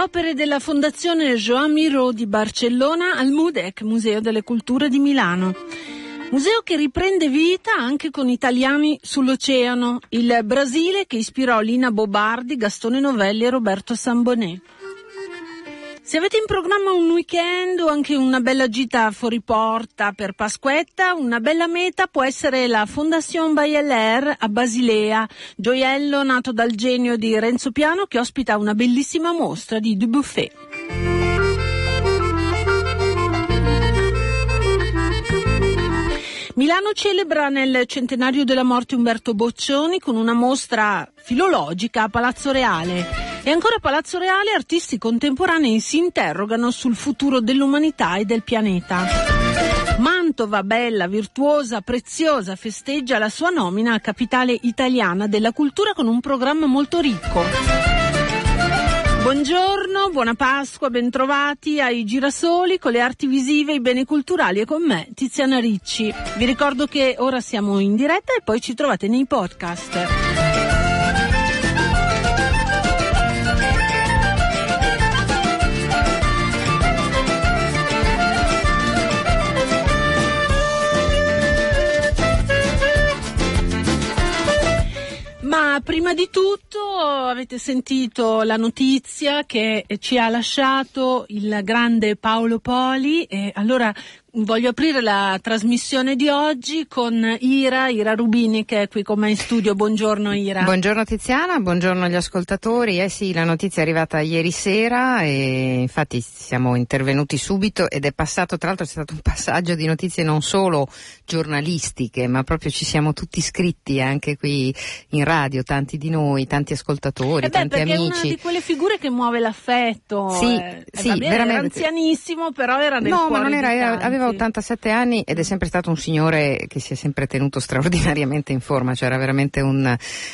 opere della Fondazione Joan Miró di Barcellona al MUDEC, Museo delle Culture di Milano. Museo che riprende vita anche con italiani sull'oceano, il Brasile che ispirò Lina Bobardi, Gastone Novelli e Roberto Sambonè. Se avete in programma un weekend o anche una bella gita fuori porta per Pasquetta, una bella meta può essere la Fondation Bayeler a Basilea, gioiello nato dal genio di Renzo Piano che ospita una bellissima mostra di Dubuffet. Milano celebra nel centenario della morte Umberto Boccioni con una mostra filologica a Palazzo Reale. E ancora a Palazzo Reale artisti contemporanei si interrogano sul futuro dell'umanità e del pianeta. Mantova, bella, virtuosa, preziosa, festeggia la sua nomina a capitale italiana della cultura con un programma molto ricco. Buongiorno, buona Pasqua, bentrovati ai Girasoli con le arti visive, i beni culturali e con me, Tiziana Ricci. Vi ricordo che ora siamo in diretta e poi ci trovate nei podcast. Ma prima di tutto avete sentito la notizia che ci ha lasciato il grande Paolo Poli e allora voglio aprire la trasmissione di oggi con Ira Rubini che è qui con me in studio. Buongiorno Ira. Buongiorno Tiziana, buongiorno agli ascoltatori. Sì, la notizia è arrivata ieri sera e infatti siamo intervenuti subito ed è passato, tra l'altro c'è stato un passaggio di notizie non solo giornalistiche ma proprio ci siamo tutti iscritti anche qui in radio, tanti di noi, tanti ascoltatori, tanti amici. È una di quelle figure che muove l'affetto. Sì, veramente. Era anzianissimo però era nel cuore. No, ma non era, aveva aveva 87 anni ed è sempre stato un signore che si è sempre tenuto straordinariamente in forma, cioè era veramente un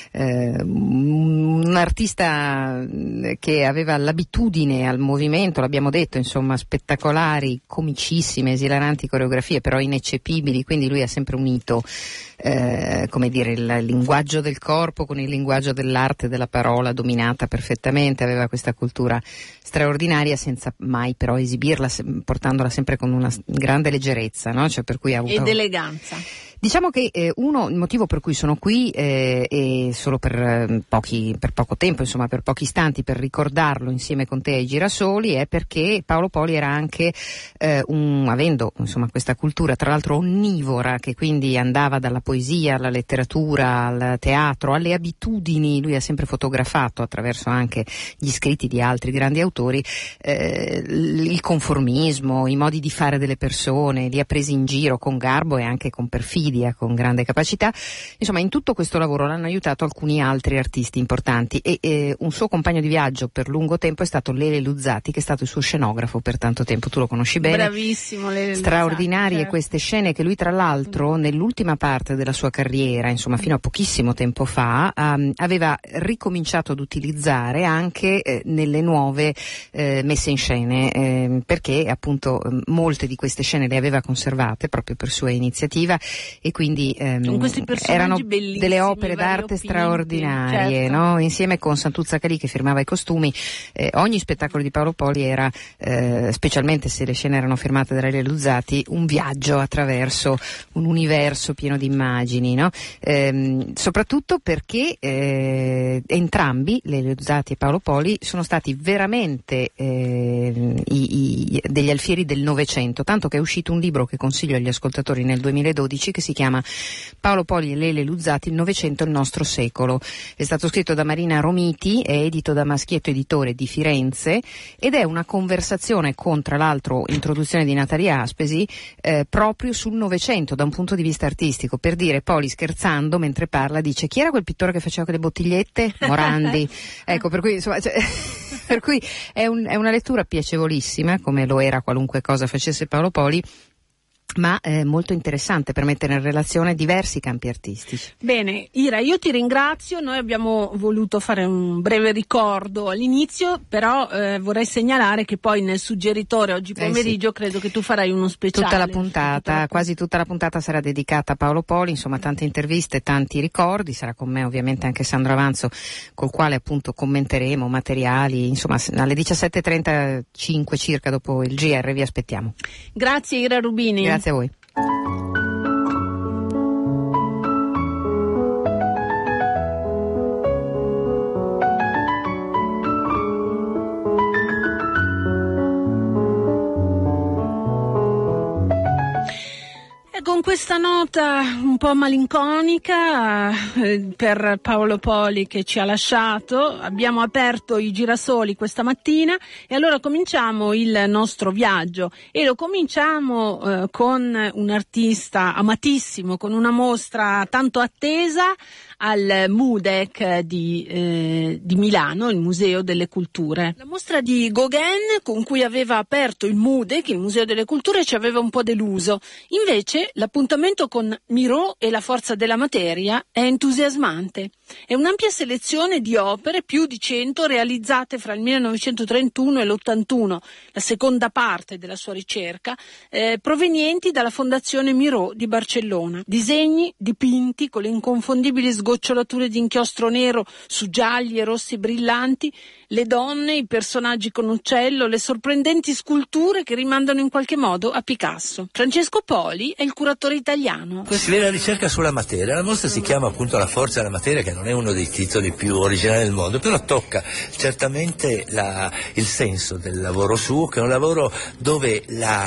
artista che aveva l'abitudine al movimento, l'abbiamo detto, insomma, spettacolari, comicissime, esilaranti coreografie, però ineccepibili, quindi lui ha sempre unito come dire, il linguaggio del corpo con il linguaggio dell'arte, della parola, dominata perfettamente, aveva questa cultura straordinaria senza mai però esibirla, portandola sempre con una grande leggerezza, no? Cioè, per cui ha avuto... Ed eleganza. Diciamo che il motivo per cui sono qui è solo per poco tempo, insomma per pochi istanti, per ricordarlo insieme con te ai Girasoli, è perché Paolo Poli era anche avendo insomma questa cultura tra l'altro onnivora, che quindi andava dalla poesia alla letteratura, al teatro, alle abitudini. Lui ha sempre fotografato attraverso anche gli scritti di altri grandi autori il conformismo, i modi di fare delle persone, li ha presi in giro con garbo e anche con perfidia, con grande capacità. Insomma, in tutto questo lavoro l'hanno aiutato alcuni altri artisti importanti e un suo compagno di viaggio per lungo tempo è stato Lele Luzzati, che è stato il suo scenografo per tanto tempo. Tu lo conosci bene. Bravissimo Lele Luzzati. Straordinarie, certo. Queste scene che lui tra l'altro nell'ultima parte della sua carriera, insomma fino a pochissimo tempo fa, aveva ricominciato ad utilizzare anche nelle nuove messe in scene, perché appunto molte di queste scene le aveva conservate proprio per sua iniziativa e quindi erano delle opere d'arte straordinarie, certo. No? Insieme con Santuzza Calì che firmava i costumi, ogni spettacolo di Paolo Poli era, specialmente se le scene erano firmate da Lele Luzzati, un viaggio attraverso un universo pieno di immagini, no? Soprattutto perché entrambi, Lele Luzzati e Paolo Poli, sono stati veramente degli alfieri del Novecento, tanto che è uscito un libro che consiglio agli ascoltatori nel 2012 che si chiama Paolo Poli e Lele Luzzati, il Novecento, il nostro secolo. È stato scritto da Marina Romiti, è edito da Maschietto Editore di Firenze ed è una conversazione con, tra l'altro, introduzione di Natalia Aspesi, proprio sul Novecento da un punto di vista artistico. Per dire, Poli scherzando mentre parla dice: chi era quel pittore che faceva quelle bottigliette? Morandi. Ecco, per cui insomma, per cui è una lettura piacevolissima, come lo era qualunque cosa facesse Paolo Poli. ma molto interessante per mettere in relazione diversi campi artistici. Bene, Ira, io ti ringrazio. Noi abbiamo voluto fare un breve ricordo all'inizio, però vorrei segnalare che poi nel suggeritore oggi pomeriggio credo che tu farai uno speciale. Tutta la puntata, quasi tutta la puntata sarà dedicata a Paolo Poli, insomma tante interviste, tanti ricordi. Sarà con me ovviamente anche Sandro Avanzo, col quale appunto commenteremo materiali, insomma alle 17:35 circa dopo il GR vi aspettiamo. Grazie Ira Rubini. Grazie a voi. Con questa nota un po' malinconica per Paolo Poli che ci ha lasciato, abbiamo aperto i girasoli questa mattina e allora cominciamo il nostro viaggio e lo cominciamo con un artista amatissimo, con una mostra tanto attesa al MUDEC di Milano, il Museo delle Culture. La mostra di Gauguin con cui aveva aperto il MUDEC, il Museo delle Culture, ci aveva un po' deluso. Invece l'appuntamento con Miró e la forza della materia è entusiasmante. È un'ampia selezione di opere, più di 100, realizzate fra il 1931 e l'81, la seconda parte della sua ricerca, provenienti dalla Fondazione Miró di Barcellona. Disegni dipinti con le inconfondibili sgocciolature di inchiostro nero su gialli e rossi brillanti, le donne, i personaggi con uccello, le sorprendenti sculture che rimandano in qualche modo a Picasso. Francesco Poli è il curatore italiano. Si vede la ricerca sulla materia. La mostra si chiama appunto La forza della materia, che non è uno dei titoli più originali del mondo, però tocca certamente il senso del lavoro suo, che è un lavoro dove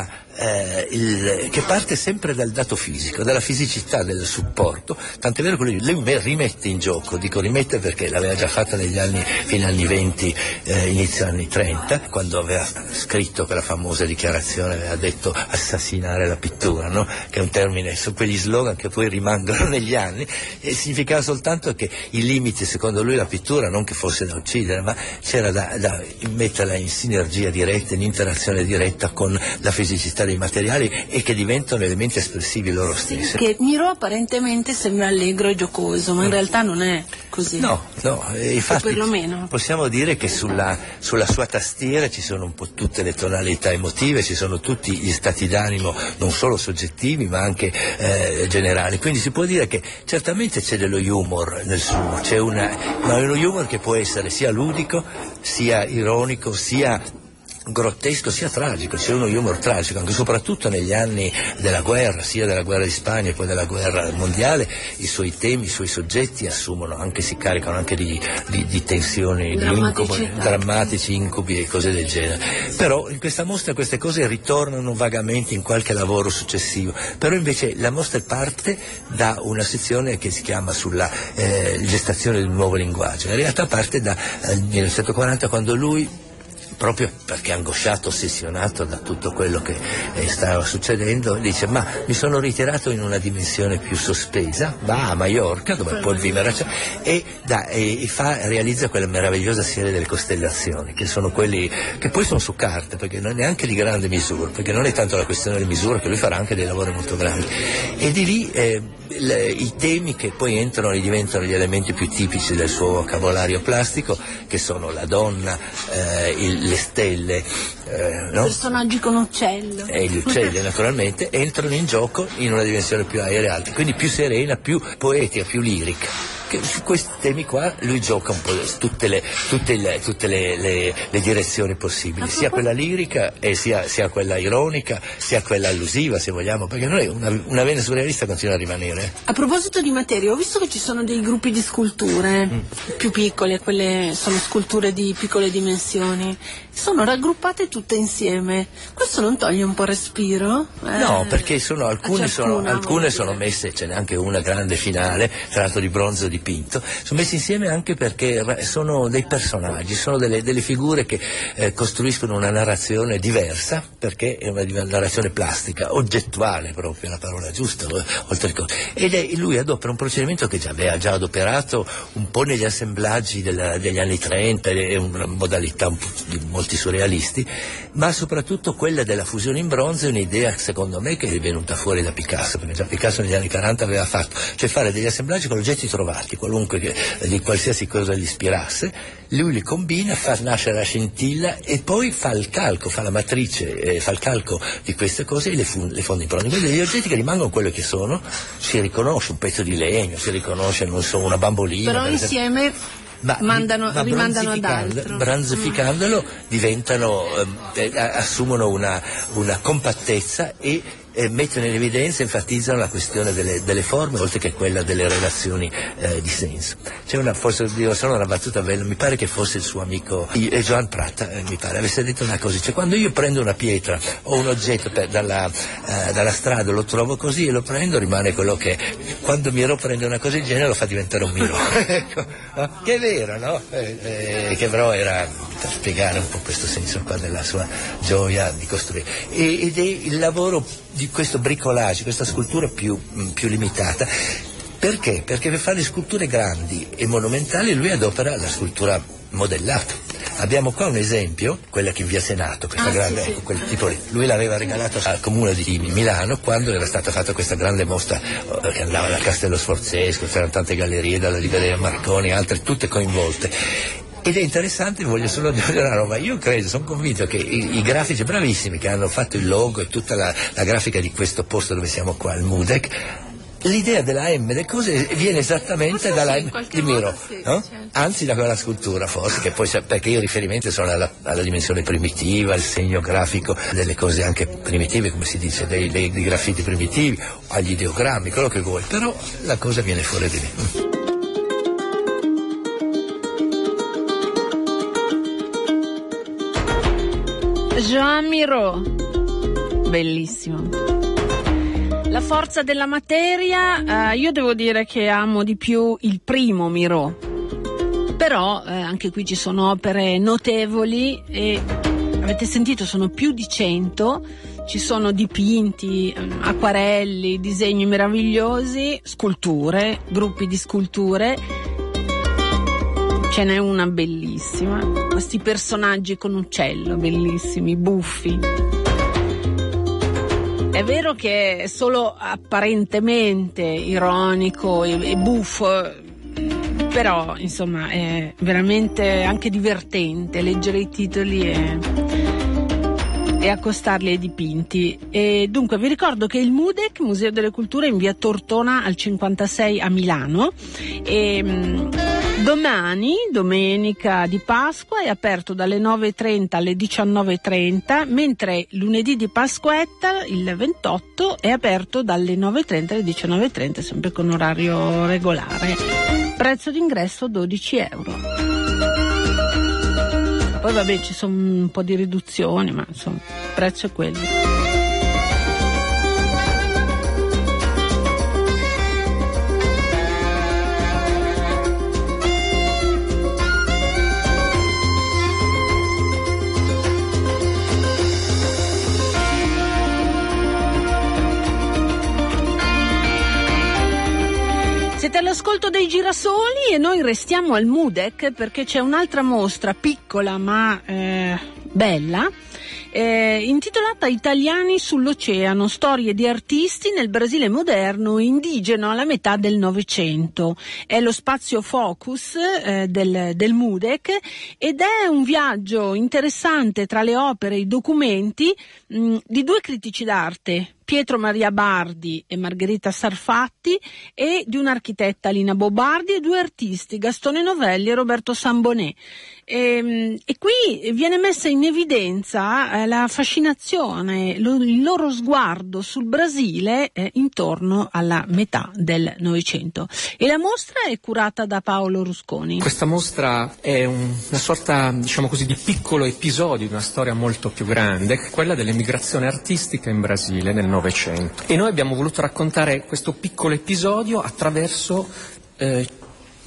che parte sempre dal dato fisico, dalla fisicità del supporto, tant'è vero che lui rimette in gioco, dico rimette perché l'aveva già fatta negli anni, fine anni 20, inizio anni 30, quando aveva scritto quella famosa dichiarazione, aveva detto assassinare la pittura, no? Che è un termine, sono quegli slogan che poi rimangono negli anni, e significava soltanto che i limiti, secondo lui, la pittura non che fosse da uccidere, ma c'era da metterla in sinergia diretta, in interazione diretta con la fisicità dei materiali, e che diventano elementi espressivi loro stessi. Che Miró apparentemente sembra allegro e giocoso, ma in realtà non è così. No, infatti perlomeno possiamo dire che sulla sua tastiera ci sono un po' tutte le tonalità emotive, ci sono tutti gli stati d'animo, non solo soggettivi ma anche generali, quindi si può dire che certamente c'è dello humor nel suo, ma è uno humor che può essere sia ludico, sia ironico, sia grottesco, sia tragico. C'è uno humor tragico, anche soprattutto negli anni della guerra, sia della guerra di Spagna e poi della guerra mondiale. I suoi temi, i suoi soggetti si caricano anche di tensioni, drammatici, incubi e cose del genere. Però in questa mostra queste cose ritornano vagamente in qualche lavoro successivo, però invece la mostra parte da una sezione che si chiama sulla gestazione del nuovo linguaggio. In realtà parte dal 1940, quando lui, proprio perché angosciato, ossessionato da tutto quello che stava succedendo, dice: ma mi sono ritirato in una dimensione più sospesa, va a Maiorca dove può vivere, e realizza quella meravigliosa serie delle costellazioni, che sono quelli che poi sono su carta, perché non è neanche di grande misura, perché non è tanto la questione delle misure, che lui farà anche dei lavori molto grandi, e di lì i temi che poi entrano e diventano gli elementi più tipici del suo vocabolario plastico, che sono la donna, le stelle, no? Personaggi con uccello e gli uccelli naturalmente entrano in gioco in una dimensione più aerea, quindi più serena, più poetica, più lirica. Su questi temi qua lui gioca un po' tutte le direzioni possibili, sia quella lirica e sia quella ironica, sia quella allusiva, se vogliamo, perché noi una vena surrealista continua a rimanere. A proposito di materia, ho visto che ci sono dei gruppi di sculture più piccole, quelle sono sculture di piccole dimensioni, sono raggruppate tutte insieme. Questo non toglie un po' respiro? No, perché alcune sono messe, ce n'è anche una grande finale, tra l'altro di bronzo di dipinto, sono messi insieme anche perché sono dei personaggi, sono delle figure che costruiscono una narrazione diversa, perché è una narrazione plastica, oggettuale proprio, la parola giusta, oltre che. Ed lui adopera un procedimento che aveva già adoperato un po' negli assemblaggi degli anni 30, è una modalità un po' di molti surrealisti, ma soprattutto quella della fusione in bronzo è un'idea secondo me che è venuta fuori da Picasso, perché già Picasso negli anni 40 aveva fatto, cioè fare degli assemblaggi con oggetti trovati, qualunque di qualsiasi cosa gli ispirasse, lui li combina, fa nascere la scintilla e poi fa il calco, fa la matrice, fa il calco di queste cose e le fonde in bronzo. Quindi gli oggetti che rimangono quello che sono, si riconosce un pezzo di legno, si riconosce, non so, una bambolina. Però insieme rimandano ad altro. Bronzificandolo diventano, assumono una compattezza e mettono in evidenza, enfatizzano la questione delle forme oltre che quella delle relazioni di senso. C'è forse dico solo una battuta bella, mi pare che fosse il suo amico Joan Prat, mi pare avesse detto una cosa, cioè quando io prendo una pietra o un oggetto dalla strada, lo trovo così e lo prendo, rimane quello che è. Quando Miro prende una cosa del genere lo fa diventare un Miro. Ecco, che è vero, no? Che però era per spiegare un po' questo senso qua della sua gioia di costruire, ed è il lavoro di questo bricolage, questa scultura più limitata. Perché? Perché per fare sculture grandi e monumentali lui adopera la scultura modellata. Abbiamo qua un esempio, quella che in via Senato, questa grande, sì. Quel tipo lì. Lui l'aveva regalato al comune di Milano quando era stata fatta questa grande mostra che andava dal Castello Sforzesco, c'erano tante gallerie, dalla Libreria Marconi, altre tutte coinvolte. Ed è interessante, voglio solo dire una roba, io credo, sono convinto che i grafici bravissimi che hanno fatto il logo e tutta la grafica di questo posto dove siamo qua, il MUDEC, l'idea della M delle cose viene esattamente dalla M di Miro, sì, no? Certo. Anzi da quella scultura forse, che poi perché i riferimenti sono alla dimensione primitiva, al segno grafico delle cose anche primitive, come si dice, dei graffiti primitivi, agli ideogrammi, quello che vuoi, però la cosa viene fuori di lì. Joan Miro, bellissimo. La forza della materia, io devo dire che amo di più il primo Miro, però anche qui ci sono opere notevoli e avete sentito, sono più di 100, ci sono dipinti, acquarelli, disegni meravigliosi, sculture, gruppi di sculture. Ce n'è una bellissima, questi personaggi con uccello bellissimi, buffi. È vero che è solo apparentemente ironico e buffo, però insomma è veramente anche divertente leggere i titoli e accostarli ai dipinti. E dunque vi ricordo che il MUDEC, Museo delle Culture, in via Tortona al 56 a Milano, e domani, domenica di Pasqua, è aperto dalle 9.30 alle 19.30, mentre lunedì di Pasquetta, il 28, è aperto dalle 9.30 alle 19.30, sempre con orario regolare. Prezzo d'ingresso 12 euro. Poi vabbè, ci sono un po' di riduzioni, ma insomma il prezzo è quello. Siete all'ascolto dei Girasoli e noi restiamo al MUDEC perché c'è un'altra mostra piccola ma bella, intitolata Italiani sull'oceano, storie di artisti nel Brasile moderno indigeno alla metà del Novecento. È lo spazio focus del MUDEC ed è un viaggio interessante tra le opere e i documenti di due critici d'arte, Pietro Maria Bardi e Margherita Sarfatti, e di un'architetta, Lina Bobardi, e due artisti, Gastone Novelli e Roberto Sambonè. E qui viene messa in evidenza la fascinazione, il loro sguardo sul Brasile intorno alla metà del Novecento. E la mostra è curata da Paolo Rusconi. Questa mostra è una sorta, diciamo così, di piccolo episodio di una storia molto più grande, quella dell'emigrazione artistica in Brasile nel Novecento. E noi abbiamo voluto raccontare questo piccolo episodio attraverso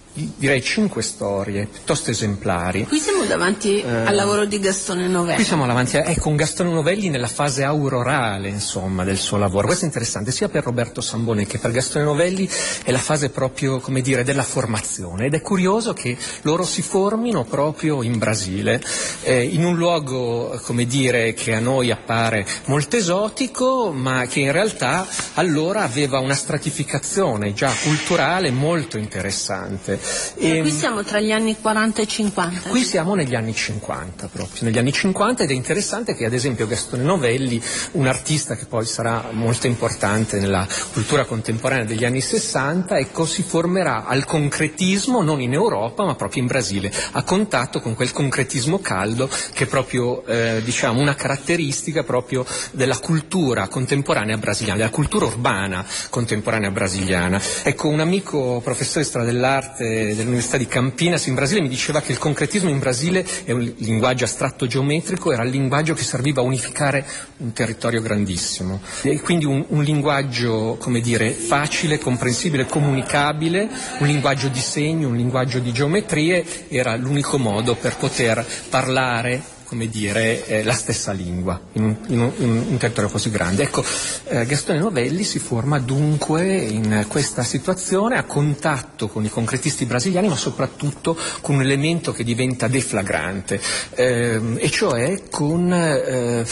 direi 5 storie piuttosto esemplari. Qui siamo davanti al lavoro di Gastone Novelli. Qui siamo davanti con Gastone Novelli nella fase aurorale, insomma, del suo lavoro. Questo è interessante sia per Roberto Sambonè che per Gastone Novelli, è la fase proprio, come dire, della formazione, ed è curioso che loro si formino proprio in Brasile, in un luogo, come dire, che a noi appare molto esotico, ma che in realtà allora aveva una stratificazione già culturale molto interessante. E qui siamo tra gli anni 40 e 50. Qui siamo negli anni 50, proprio negli anni 50, ed è interessante che ad esempio Gastone Novelli, un artista che poi sarà molto importante nella cultura contemporanea degli anni 60, ecco, si formerà al concretismo non in Europa ma proprio in Brasile, a contatto con quel concretismo caldo che è proprio diciamo una caratteristica proprio della cultura contemporanea brasiliana, della cultura urbana contemporanea brasiliana. Ecco, un amico professore di storia dell'arte dell'Università di Campinas in Brasile mi diceva che il concretismo in Brasile è un linguaggio astratto geometrico, era il linguaggio che serviva a unificare un territorio grandissimo, e quindi un linguaggio, come dire, facile, comprensibile, comunicabile, un linguaggio di segni, un linguaggio di geometrie, era l'unico modo per poter parlare, come dire, la stessa lingua in un territorio così grande. Ecco, Gastone Novelli si forma dunque in questa situazione a contatto con i concretisti brasiliani, ma soprattutto con un elemento che diventa deflagrante, e cioè con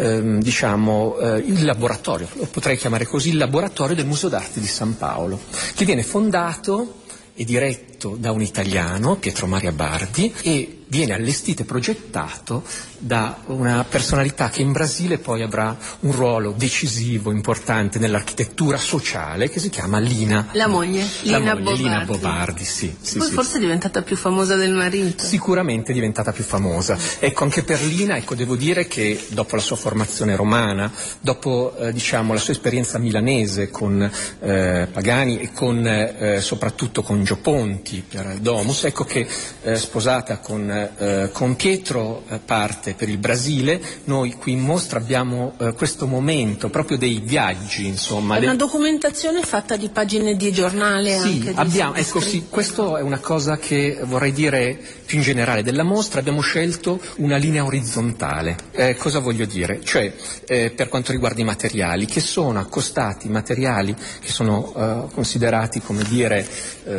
diciamo il laboratorio, lo potrei chiamare così, il laboratorio del Museo d'Arte di San Paolo, che viene fondato e diretto da un italiano, Pietro Maria Bardi, e viene allestito e progettato da una personalità che in Brasile poi avrà un ruolo decisivo, importante nell'architettura sociale, che si chiama Lina. La moglie, Lina Bobardi, sì. Poi forse è diventata più famosa del marito. Sicuramente è diventata più famosa. Ecco, anche per Lina, ecco, devo dire che dopo la sua formazione romana, dopo diciamo la sua esperienza milanese con Pagani e con soprattutto con Gio Ponti per Domus, ecco che sposata con Pietro parte per il Brasile. Noi qui in mostra abbiamo questo momento proprio dei viaggi, insomma. È una documentazione fatta di pagine di giornale. Sì, anche abbiamo, ecco sì, questo è una cosa che vorrei dire più in generale della mostra. Abbiamo scelto una linea orizzontale. Cosa voglio dire? Cioè, per quanto riguarda i materiali, che sono accostati, materiali che sono considerati, come dire,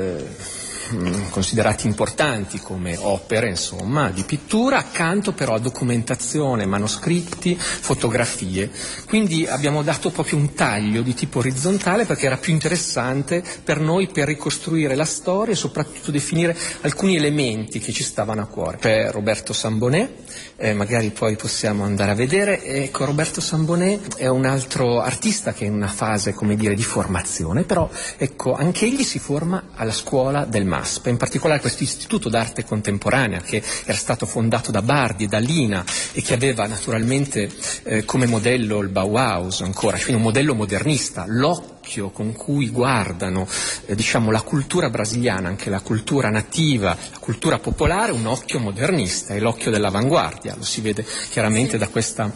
considerati importanti come opere, insomma, di pittura, accanto però a documentazione, manoscritti, fotografie. Quindi abbiamo dato proprio un taglio di tipo orizzontale perché era più interessante per noi per ricostruire la storia e soprattutto definire alcuni elementi che ci stavano a cuore. C'è Roberto Sambonè, magari poi possiamo andare a vedere. Ecco, Roberto Sambonè è un altro artista che è in una fase, come dire, di formazione, però ecco, anche egli si forma alla scuola del MASP, in particolare questo istituto d'arte contemporanea che era stato fondato da Bardi e da Lina e che aveva naturalmente come modello il Bauhaus ancora, cioè un modello modernista, l'occhio con cui guardano diciamo la cultura brasiliana, anche la cultura nativa, la cultura popolare, un occhio modernista, è l'occhio dell'avanguardia, lo si vede chiaramente da questo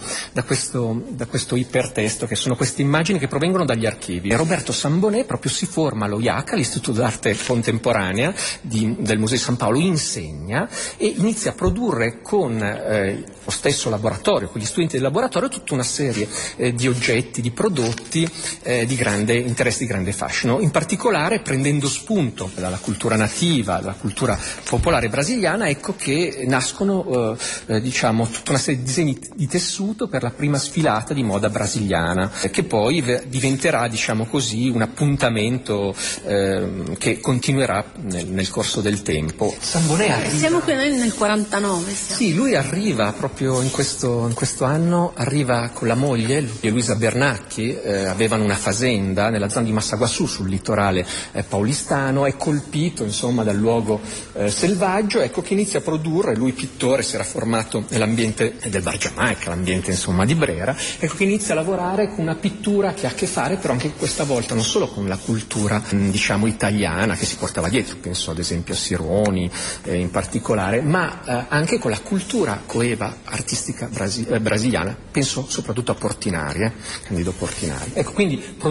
ipertesto, che sono queste immagini che provengono dagli archivi. E Roberto Sambonè proprio si forma allo IACA, l'Istituto d'Arte Contemporanea del Museo di San Paolo, insegna e inizia a produrre con lo stesso laboratorio, con gli studenti del laboratorio, tutta una serie di oggetti, di prodotti di grande interesse, di grande fascino, in particolare prendendo spunto dalla cultura nativa, dalla cultura popolare brasiliana. Ecco che nascono diciamo tutta una serie di disegni di tessuto per la prima sfilata di moda brasiliana, che poi diventerà, diciamo così, un appuntamento che continuerà nel corso del tempo. Sambonè arriva... Siamo qui nel 49. Sì, lui arriva proprio in questo anno, arriva con la moglie, Luisa Bernacchi, avevano una fazenda nella zona di Massaguassù, sul litorale paulistano, è colpito insomma dal luogo selvaggio, ecco che inizia a produrre, lui pittore, si era formato nell'ambiente del Bar Giamaica, l'ambiente insomma di Brera, ecco che inizia a lavorare con una pittura che ha a che fare però anche questa volta non solo con la cultura diciamo italiana che si portava dietro, penso ad esempio a Sironi in particolare, ma anche con la cultura coeva artistica brasiliana, penso soprattutto a Portinari, Candido Portinari. Ecco, quindi produce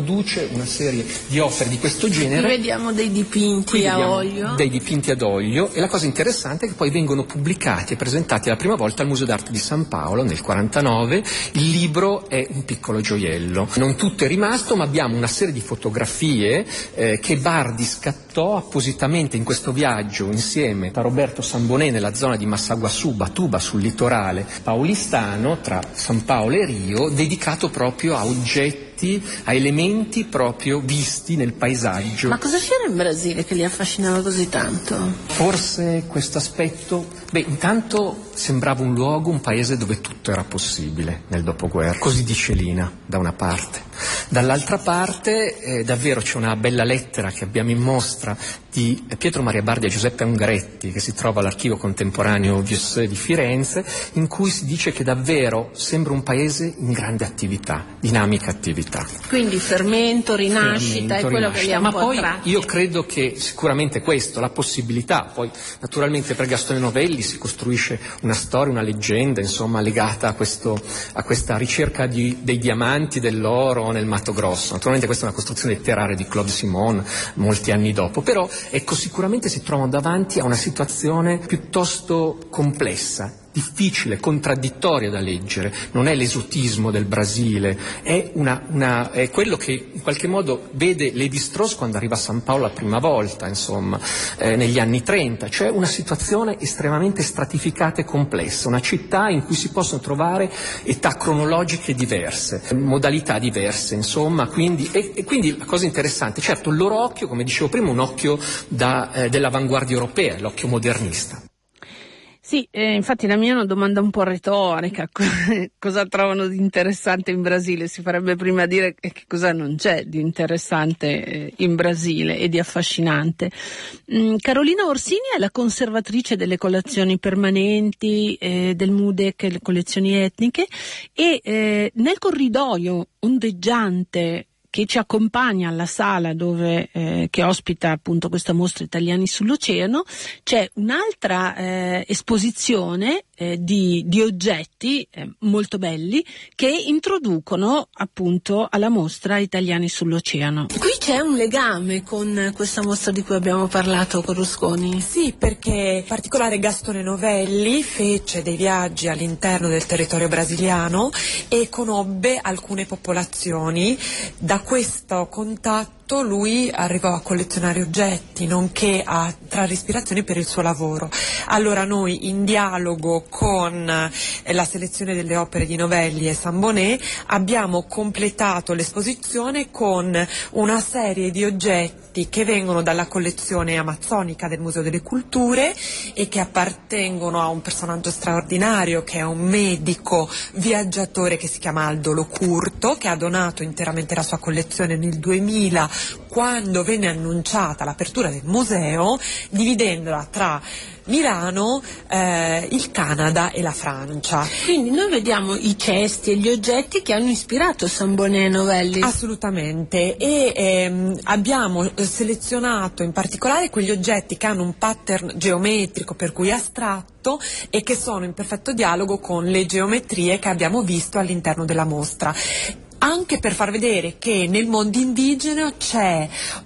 una serie di opere di questo genere. Qui vediamo dei dipinti a olio. Dei dipinti ad olio, e la cosa interessante è che poi vengono pubblicati e presentati la prima volta al Museo d'Arte di San Paolo nel 49. Il libro è un piccolo gioiello. Non tutto è rimasto, ma abbiamo una serie di fotografie che Bardi scattò appositamente in questo viaggio insieme a Roberto Sambonè nella zona di Massaguasu, Batuba, sul litorale paulistano tra San Paolo e Rio, dedicato proprio a oggetti, a elementi proprio visti nel paesaggio. Ma cosa c'era in Brasile che li affascinava così tanto? Forse questo aspetto, intanto sembrava un luogo, un paese dove tutto era possibile nel dopoguerra, così dice Lina da una parte. Dall'altra parte davvero c'è una bella lettera che abbiamo in mostra di Pietro Maria Bardi a Giuseppe Ungaretti, che si trova all'Archivio Contemporaneo Vieusseux di Firenze, in cui si dice che davvero sembra un paese in grande attività, dinamica attività. Quindi fermento, rinascita, è quello che li ha un po' attratti. Ma poi io credo che sicuramente questo, la possibilità, poi naturalmente per Gastone Novelli si costruisce una storia, una leggenda, insomma, legata a questa ricerca dei diamanti, dell'oro nel Mato Grosso. Naturalmente questa è una costruzione letteraria di Claude Simon molti anni dopo, però ecco, sicuramente si trovano davanti a una situazione piuttosto complessa, difficile, contraddittoria da leggere. Non è l'esotismo del Brasile, è quello che in qualche modo vede Lévi-Strauss quando arriva a San Paolo la prima volta, insomma, negli anni 30, cioè una situazione estremamente stratificata e complessa, una città in cui si possono trovare età cronologiche diverse, modalità diverse, insomma, quindi la cosa interessante, certo il loro occhio, come dicevo prima, un occhio dell'avanguardia europea, l'occhio modernista. Sì, infatti la mia è una domanda un po' retorica, cosa trovano di interessante in Brasile? Si farebbe prima dire che cosa non c'è di interessante in Brasile e di affascinante. Carolina Orsini è la conservatrice delle collezioni permanenti del MUDEC, le collezioni etniche, e nel corridoio ondeggiante che ci accompagna alla sala che ospita appunto questa mostra Italiani sull'Oceano, c'è un'altra esposizione di oggetti molto belli che introducono appunto alla mostra Italiani sull'Oceano. Qui c'è un legame con questa mostra di cui abbiamo parlato con Rusconi. Sì, perché in particolare Gastone Novelli fece dei viaggi all'interno del territorio brasiliano e conobbe alcune popolazioni. Da questo contatto lui arrivò a collezionare oggetti, nonché a trarre ispirazioni per il suo lavoro. Allora noi, in dialogo con la selezione delle opere di Novelli e Sambonè, abbiamo completato l'esposizione con una serie di oggetti che vengono dalla collezione amazzonica del Museo delle Culture e che appartengono a un personaggio straordinario che è un medico viaggiatore che si chiama Aldo Locurto, che ha donato interamente la sua collezione nel 2000 quando venne annunciata l'apertura del museo, dividendola tra Milano, il Canada e la Francia. Quindi noi vediamo i cesti e gli oggetti che hanno ispirato Sambonè e Novelli. Assolutamente, e abbiamo selezionato in particolare quegli oggetti che hanno un pattern geometrico per cui astratto e che sono in perfetto dialogo con le geometrie che abbiamo visto all'interno della mostra. Anche per far vedere che nel mondo indigeno c'è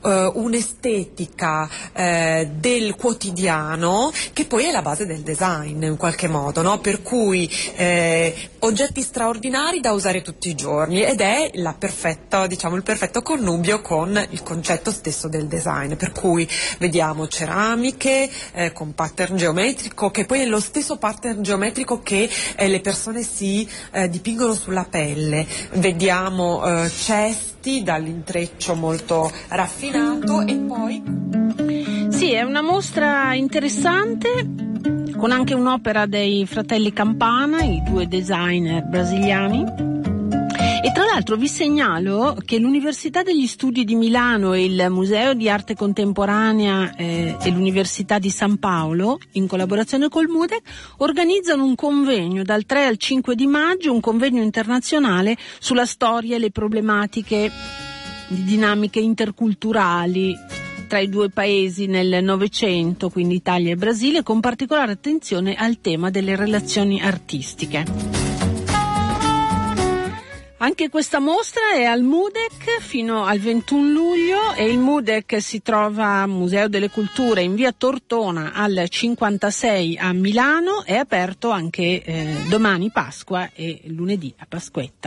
un'estetica del quotidiano che poi è la base del design in qualche modo, no? Per cui oggetti straordinari da usare tutti i giorni, ed è il perfetto connubio con il concetto stesso del design, per cui vediamo ceramiche con pattern geometrico, che poi è lo stesso pattern geometrico che le persone si dipingono sulla pelle, vediamo cesti dall'intreccio molto raffinato e poi... Sì, è una mostra interessante con anche un'opera dei fratelli Campana, i due designer brasiliani. E tra l'altro vi segnalo che l'Università degli Studi di Milano e il Museo di Arte Contemporanea e l'Università di San Paolo, in collaborazione col MUDEC, organizzano un convegno dal 3 al 5 di maggio, un convegno internazionale sulla storia e le problematiche di dinamiche interculturali tra i due paesi nel Novecento, quindi Italia e Brasile, con particolare attenzione al tema delle relazioni artistiche. Anche questa mostra è al MUDEC fino al 21 luglio e il MUDEC si trova Museo delle Culture in via Tortona al 56 a Milano, è aperto anche domani Pasqua e lunedì a Pasquetta.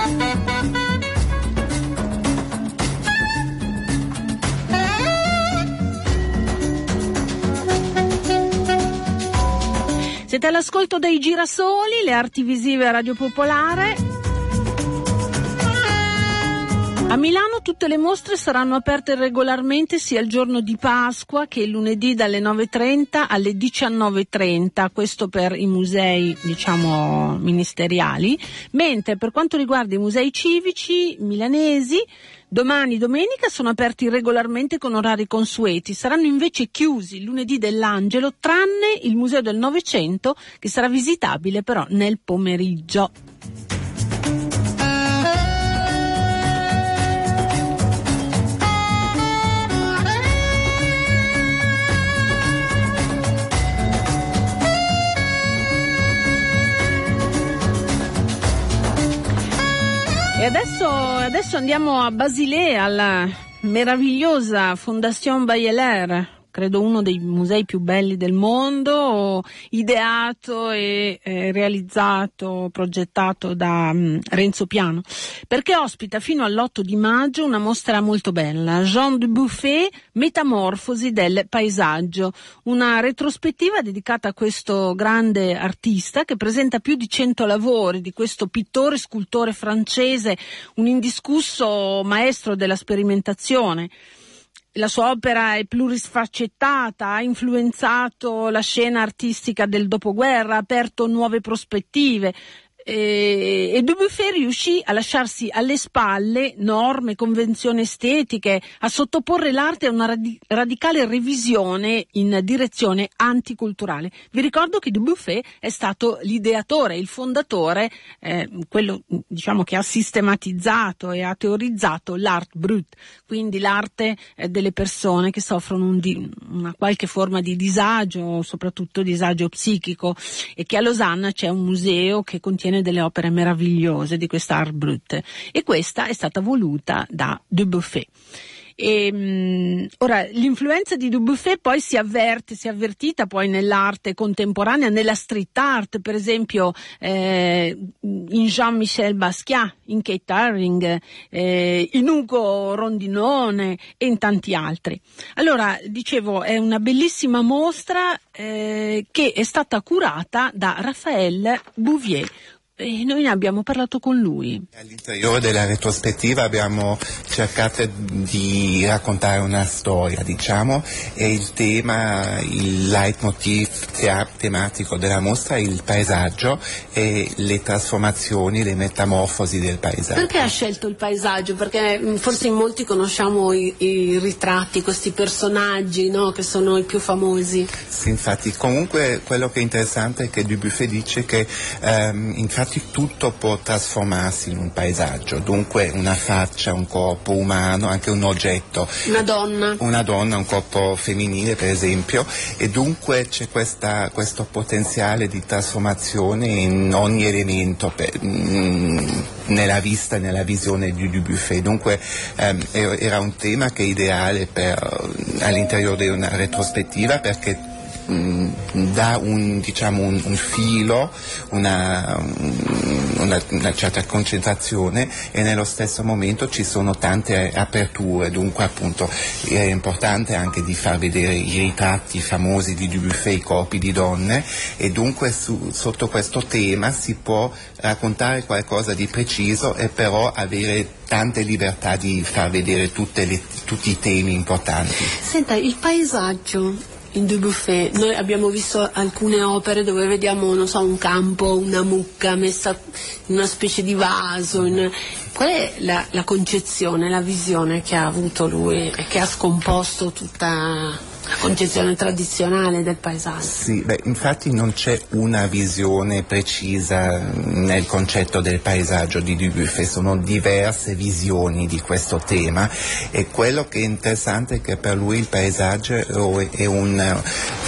Siete all'ascolto dei Girasoli, le arti visive a Radio Popolare. A Milano tutte le mostre saranno aperte regolarmente sia il giorno di Pasqua che il lunedì dalle 9.30 alle 19.30, questo per i musei, diciamo, ministeriali, mentre per quanto riguarda i musei civici milanesi, domani domenica sono aperti regolarmente con orari consueti, saranno invece chiusi il lunedì dell'Angelo, tranne il Museo del Novecento che sarà visitabile però nel pomeriggio. E adesso andiamo a Basilea, alla meravigliosa Fondation Bayeler, credo uno dei musei più belli del mondo, ideato e realizzato, progettato da Renzo Piano, perché ospita fino all'8 di maggio una mostra molto bella, Jean Dubuffet, Metamorfosi del paesaggio, una retrospettiva dedicata a questo grande artista che presenta più di 100 lavori di questo pittore scultore francese, un indiscusso maestro della sperimentazione. La sua opera è plurisfaccettata, ha influenzato la scena artistica del dopoguerra, ha aperto nuove prospettive e Dubuffet riuscì a lasciarsi alle spalle norme, convenzioni estetiche, a sottoporre l'arte a una radicale revisione in direzione anticulturale. Vi ricordo che Dubuffet è stato l'ideatore, il fondatore, quello diciamo che ha sistematizzato e ha teorizzato l'art brut, quindi l'arte delle persone che soffrono una qualche forma di disagio, soprattutto disagio psichico, e che a Losanna c'è un museo che contiene delle opere meravigliose di questa art brut, e questa è stata voluta da Dubuffet. Ora l'influenza di Dubuffet poi si è avvertita poi nell'arte contemporanea, nella street art, per esempio in Jean-Michel Basquiat, in Keith Haring, in Ugo Rondinone e in tanti altri. Allora, dicevo, è una bellissima mostra che è stata curata da Raphaël Bouvier. E noi ne abbiamo parlato con lui. All'interiore della retrospettiva abbiamo cercato di raccontare una storia, diciamo, e il tema, il leitmotiv tematico della mostra è il paesaggio e le trasformazioni, le metamorfosi del paesaggio. Perché ha scelto il paesaggio? Perché forse in molti conosciamo i ritratti, questi personaggi, no, che sono i più famosi. Sì, infatti, comunque quello che è interessante è che Dubuffet dice che infatti tutto può trasformarsi in un paesaggio, dunque una faccia, un corpo umano, anche un oggetto. Una donna, un corpo femminile per esempio, e dunque c'è questo potenziale di trasformazione in ogni elemento nella vista, nella visione di Dubuffet. Dunque era un tema che è ideale all'interno di una retrospettiva, perché dà un filo, una certa concentrazione, e nello stesso momento ci sono tante aperture, dunque appunto è importante anche di far vedere i ritratti famosi di Dubuffet, i corpi di donne, e dunque sotto questo tema si può raccontare qualcosa di preciso e però avere tante libertà di far vedere tutti i temi importanti. Senta, il paesaggio in Dubuffet, noi abbiamo visto alcune opere dove vediamo, non so, un campo, una mucca messa in una specie di vaso. Qual è la concezione, la visione che ha avuto lui e che ha scomposto tutta concezione tradizionale del paesaggio. Sì, infatti non c'è una visione precisa nel concetto del paesaggio di Dubuffet, sono diverse visioni di questo tema, e quello che è interessante è che per lui il paesaggio è un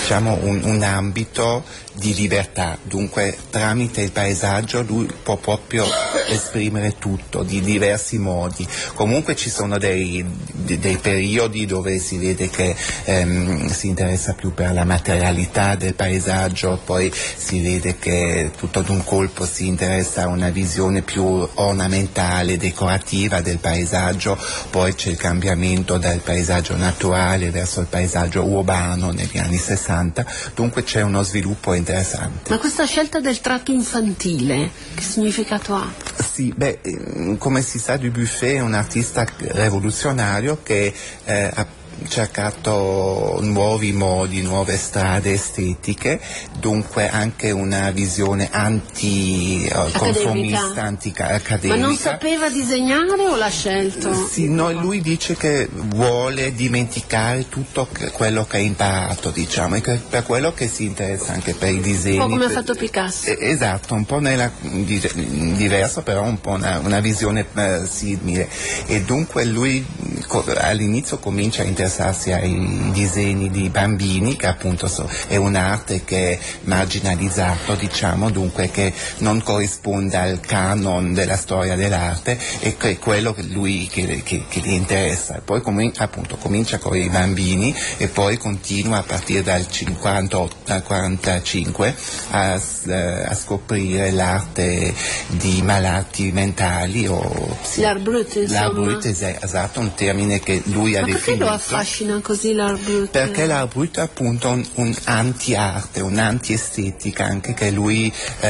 ambito di libertà, dunque tramite il paesaggio lui può proprio esprimere tutto di diversi modi. Comunque ci sono dei periodi dove si vede che si interessa più per la materialità del paesaggio, poi si vede che tutto d'un colpo si interessa a una visione più ornamentale, decorativa del paesaggio, poi c'è il cambiamento dal paesaggio naturale verso il paesaggio urbano negli anni 60, dunque c'è uno sviluppo interessante. Ma questa scelta del tratto infantile, che significato ha? Sì, come si sa, Dubuffet è un artista rivoluzionario che ha cercato nuovi modi, nuove strade estetiche, dunque anche una visione anti-conformista, anti-accademica. Ma non sapeva disegnare o l'ha scelto? Sì, lui dice che vuole dimenticare tutto quello che ha imparato, diciamo, e che per quello che si interessa anche per i disegni. Un po' come ha fatto Picasso. Esatto, un po' diverso, però un po' una visione simile. E dunque lui all'inizio comincia a interessarsi ai disegni di bambini, che appunto è un'arte che è marginalizzato, diciamo, dunque che non corrisponde al canon della storia dell'arte, e che è quello che gli interessa. Poi appunto comincia con i bambini e poi continua a partire dal 50 al 45 a scoprire l'arte di malati mentali l'art brut, insomma. L'art brut, esatto, un termine che lui ha definito. Ma perché lo affascina così l'art brut? Perché l'art brut è appunto un anti-arte, un'anti-estetica anche che lui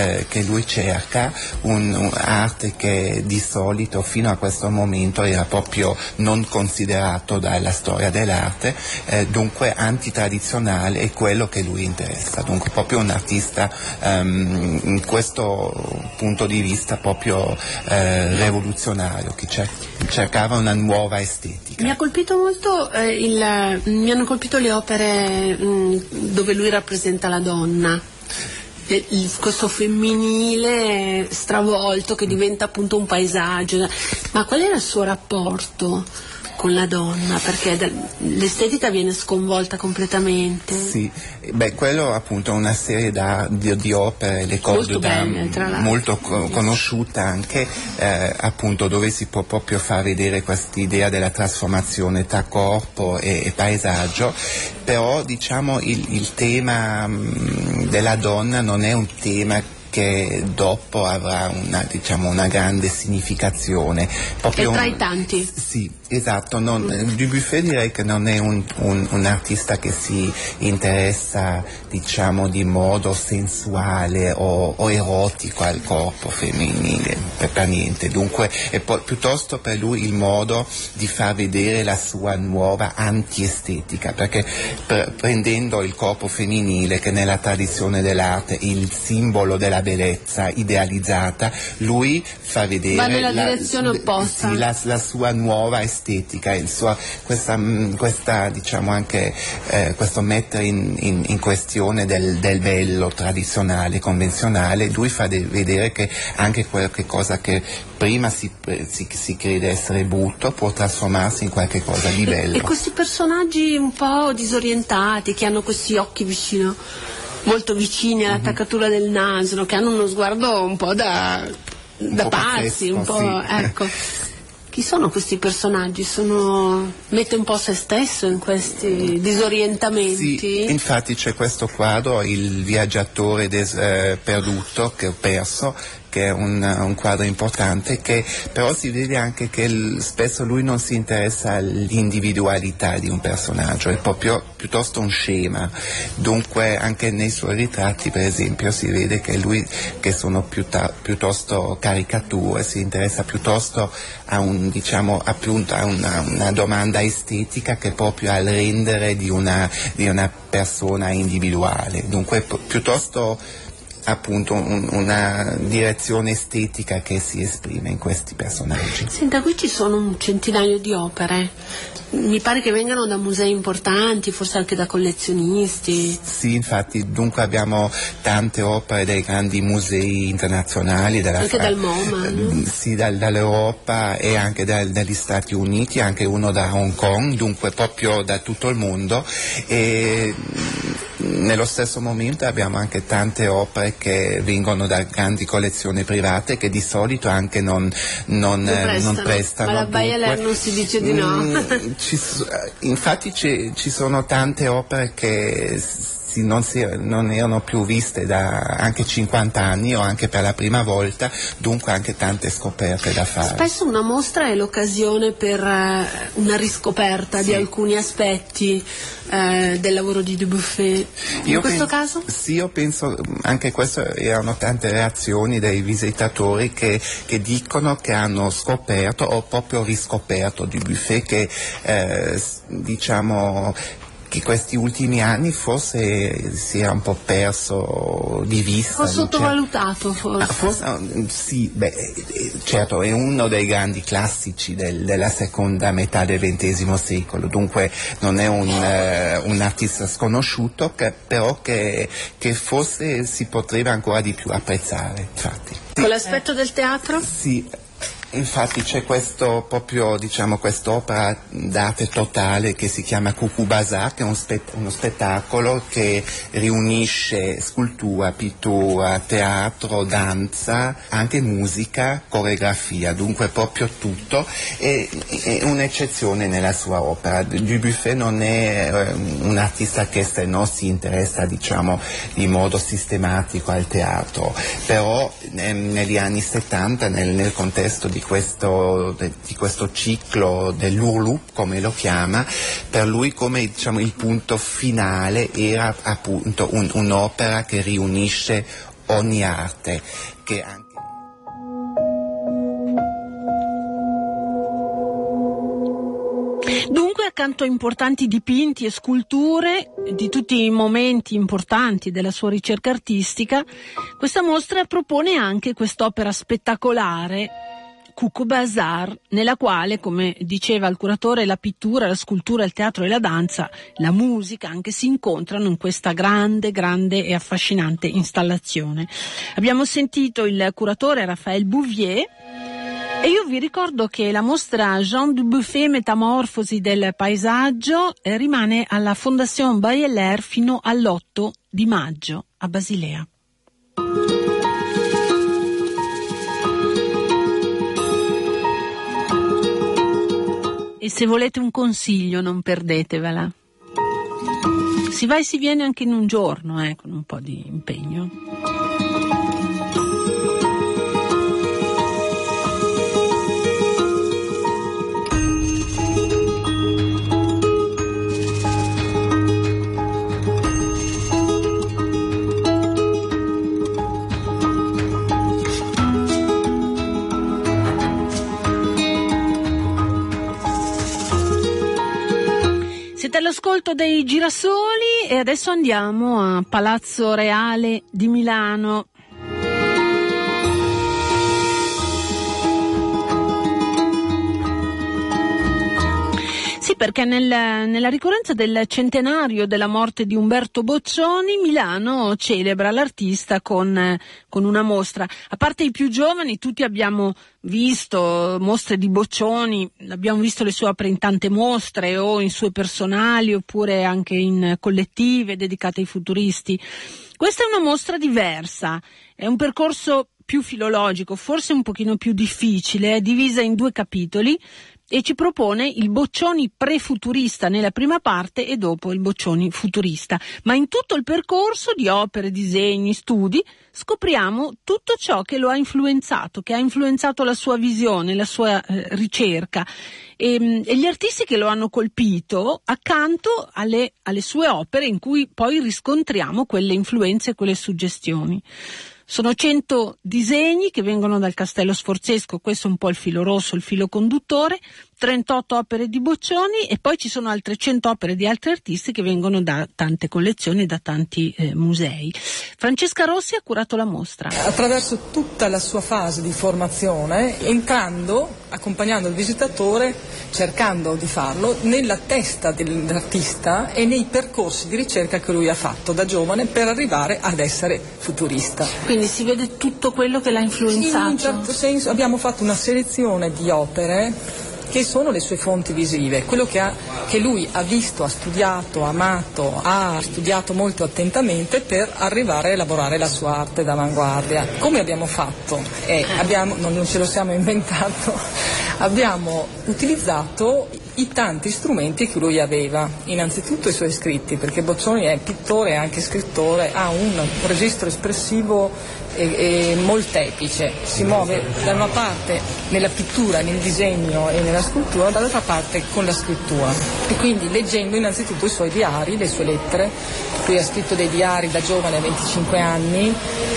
cerca, un'arte che di solito fino a questo momento era proprio non considerato dalla storia dell'arte, dunque antitradizionale, è quello che lui interessa, dunque proprio un artista in questo punto di vista proprio rivoluzionario, che cercava una nuova estetica. Mi ha colpito molto mi hanno colpito le opere dove lui rappresenta la donna, questo femminile stravolto che diventa appunto un paesaggio. Ma qual era il suo rapporto con la donna? Perché l'estetica viene sconvolta completamente. Sì, quello appunto è una serie di opere, le Cordes d'Am, molto conosciuta anche, appunto dove si può proprio far vedere quest'idea della trasformazione tra corpo e paesaggio, però diciamo il tema della donna non è un tema che dopo avrà una grande significazione. Proprio tra i tanti. Sì, esatto. Dubuffet direi che non è un artista che si interessa, diciamo, di modo sensuale o erotico al corpo femminile, per niente. Dunque è piuttosto per lui il modo di far vedere la sua nuova antiestetica, perché prendendo il corpo femminile, che nella tradizione dell'arte è il simbolo della bellezza idealizzata, lui fa vedere va nella direzione opposta. Sì, la sua nuova estetica, questa diciamo anche questo mettere in questione del bello tradizionale, convenzionale. Lui fa vedere che anche qualche cosa che prima si crede essere brutto può trasformarsi in qualche cosa di bello. E questi personaggi un po' disorientati, che hanno questi occhi molto vicini all'attaccatura del naso, no? Che hanno uno sguardo un po' da pazzi, un po', sì. Ecco. Chi sono questi personaggi? Mette un po' se stesso in questi disorientamenti? Sì, infatti c'è questo quadro, Il viaggiatore perduto, che ho perso, che è un quadro importante, che però si vede anche che spesso lui non si interessa all'individualità di un personaggio, è proprio piuttosto un schema. Dunque anche nei suoi ritratti, per esempio, si vede che lui, che sono piuttosto caricature, si interessa piuttosto a una domanda estetica che proprio al rendere di una persona individuale. Dunque piuttosto appunto una direzione estetica che si esprime in questi personaggi. Senta, qui ci sono un centinaio di opere, mi pare che vengano da musei importanti, forse anche da collezionisti. Sì, infatti, dunque abbiamo tante opere dai grandi musei internazionali, anche dal MoMA, no? Sì, dall'Europa e anche dagli Stati Uniti, anche uno da Hong Kong, dunque proprio da tutto il mondo, e nello stesso momento abbiamo anche tante opere che vengono da grandi collezioni private che di solito anche non prestano. Ma la Bayer non si dice di no. Infatti ci sono tante opere che non erano più viste da anche 50 anni o anche per la prima volta, dunque anche tante scoperte da fare. Spesso una mostra è l'occasione per una riscoperta di alcuni aspetti del lavoro di Dubuffet. In questo caso? Sì, io penso anche questo, erano tante reazioni dei visitatori che dicono che hanno scoperto o proprio riscoperto Dubuffet, che diciamo che questi ultimi anni forse si era un po' perso di vista. Un po' sottovalutato forse. Sì, certo, è uno dei grandi classici della seconda metà del XX secolo, dunque non è un artista sconosciuto, però che forse si potrebbe ancora di più apprezzare, infatti. Con l'aspetto del teatro? Sì. Infatti c'è questo proprio, diciamo, quest'opera d'arte totale che si chiama Cuckoo Bazar, che è uno spettacolo che riunisce scultura, pittura, teatro, danza, anche musica, coreografia, dunque proprio tutto, è un'eccezione nella sua opera. Dubuffet non è un artista che se no si interessa, diciamo, in modo sistematico al teatro, però negli anni 70, nel contesto di questo ciclo dell'Urlup, come lo chiama, per lui come, diciamo, il punto finale era appunto un'opera che riunisce ogni arte, che anche Dunque, accanto a importanti dipinti e sculture di tutti i momenti importanti della sua ricerca artistica, questa mostra propone anche quest'opera spettacolare, Cuckoo Bazar, nella quale, come diceva il curatore, la pittura, la scultura, il teatro e la danza, la musica anche si incontrano in questa grande e affascinante installazione. Abbiamo sentito il curatore Raphaël Bouvier e io vi ricordo che la mostra Jean Dubuffet Metamorfosi del paesaggio rimane alla Fondation Bayer fino all'8 di maggio a Basilea. E se volete un consiglio non perdetevela. Si va e si viene anche in un giorno, con un po' di impegno. Siete all'ascolto dei Girasoli e adesso andiamo a Palazzo Reale di Milano. Sì, perché nella ricorrenza del centenario della morte di Umberto Boccioni, Milano celebra l'artista con una mostra. A parte i più giovani, tutti abbiamo visto mostre di Boccioni, abbiamo visto le sue opere in tante mostre o in sue personali oppure anche in collettive dedicate ai futuristi. Questa è una mostra diversa, è un percorso più filologico, forse un pochino più difficile, è divisa in 2 capitoli e ci propone il Boccioni prefuturista nella prima parte e dopo il Boccioni futurista. Ma in tutto il percorso di opere, disegni, studi, scopriamo tutto ciò che lo ha influenzato, che ha influenzato la sua visione, la sua ricerca e gli artisti che lo hanno colpito accanto alle sue opere in cui poi riscontriamo quelle influenze e quelle suggestioni. Sono 100 disegni che vengono dal Castello Sforzesco, questo è un po' il filo rosso, il filo conduttore, 38 opere di Boccioni e poi ci sono altre 100 opere di altri artisti che vengono da tante collezioni, da tanti musei. Francesca Rossi ha curato la mostra. Attraverso tutta la sua fase di formazione, entrando, accompagnando il visitatore, cercando di farlo nella testa dell'artista e nei percorsi di ricerca che lui ha fatto da giovane per arrivare ad essere futurista. Quindi si vede tutto quello che l'ha influenzato. In un certo senso abbiamo fatto una selezione di opere che sono le sue fonti visive, quello che lui ha visto, ha studiato, amato, ha studiato molto attentamente per arrivare a elaborare la sua arte d'avanguardia. Come abbiamo fatto? Non ce lo siamo inventato, abbiamo utilizzato i tanti strumenti che lui aveva, innanzitutto i suoi scritti, perché Boccioni è pittore e anche scrittore, ha un registro espressivo e molteplice, si muove da una parte nella pittura, nel disegno e nella scultura, dall'altra parte con la scrittura, e quindi leggendo innanzitutto i suoi diari, le sue lettere. Lui ha scritto dei diari da giovane a 25 anni,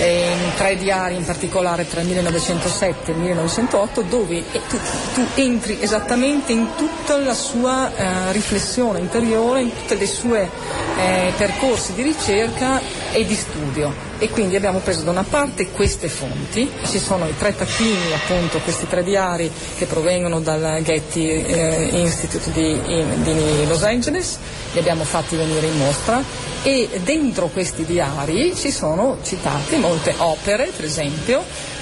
3 diari in particolare tra il 1907 e il 1908, dove tu entri esattamente in tutta la sua riflessione interiore, in tutte le sue percorsi di ricerca e di studio. E quindi abbiamo preso da una parte queste fonti, ci sono i 3 tacchini, appunto questi 3 diari che provengono dal Getty Institute di Los Angeles, li abbiamo fatti venire in mostra, e dentro questi diari ci sono citate molte opere, per esempio,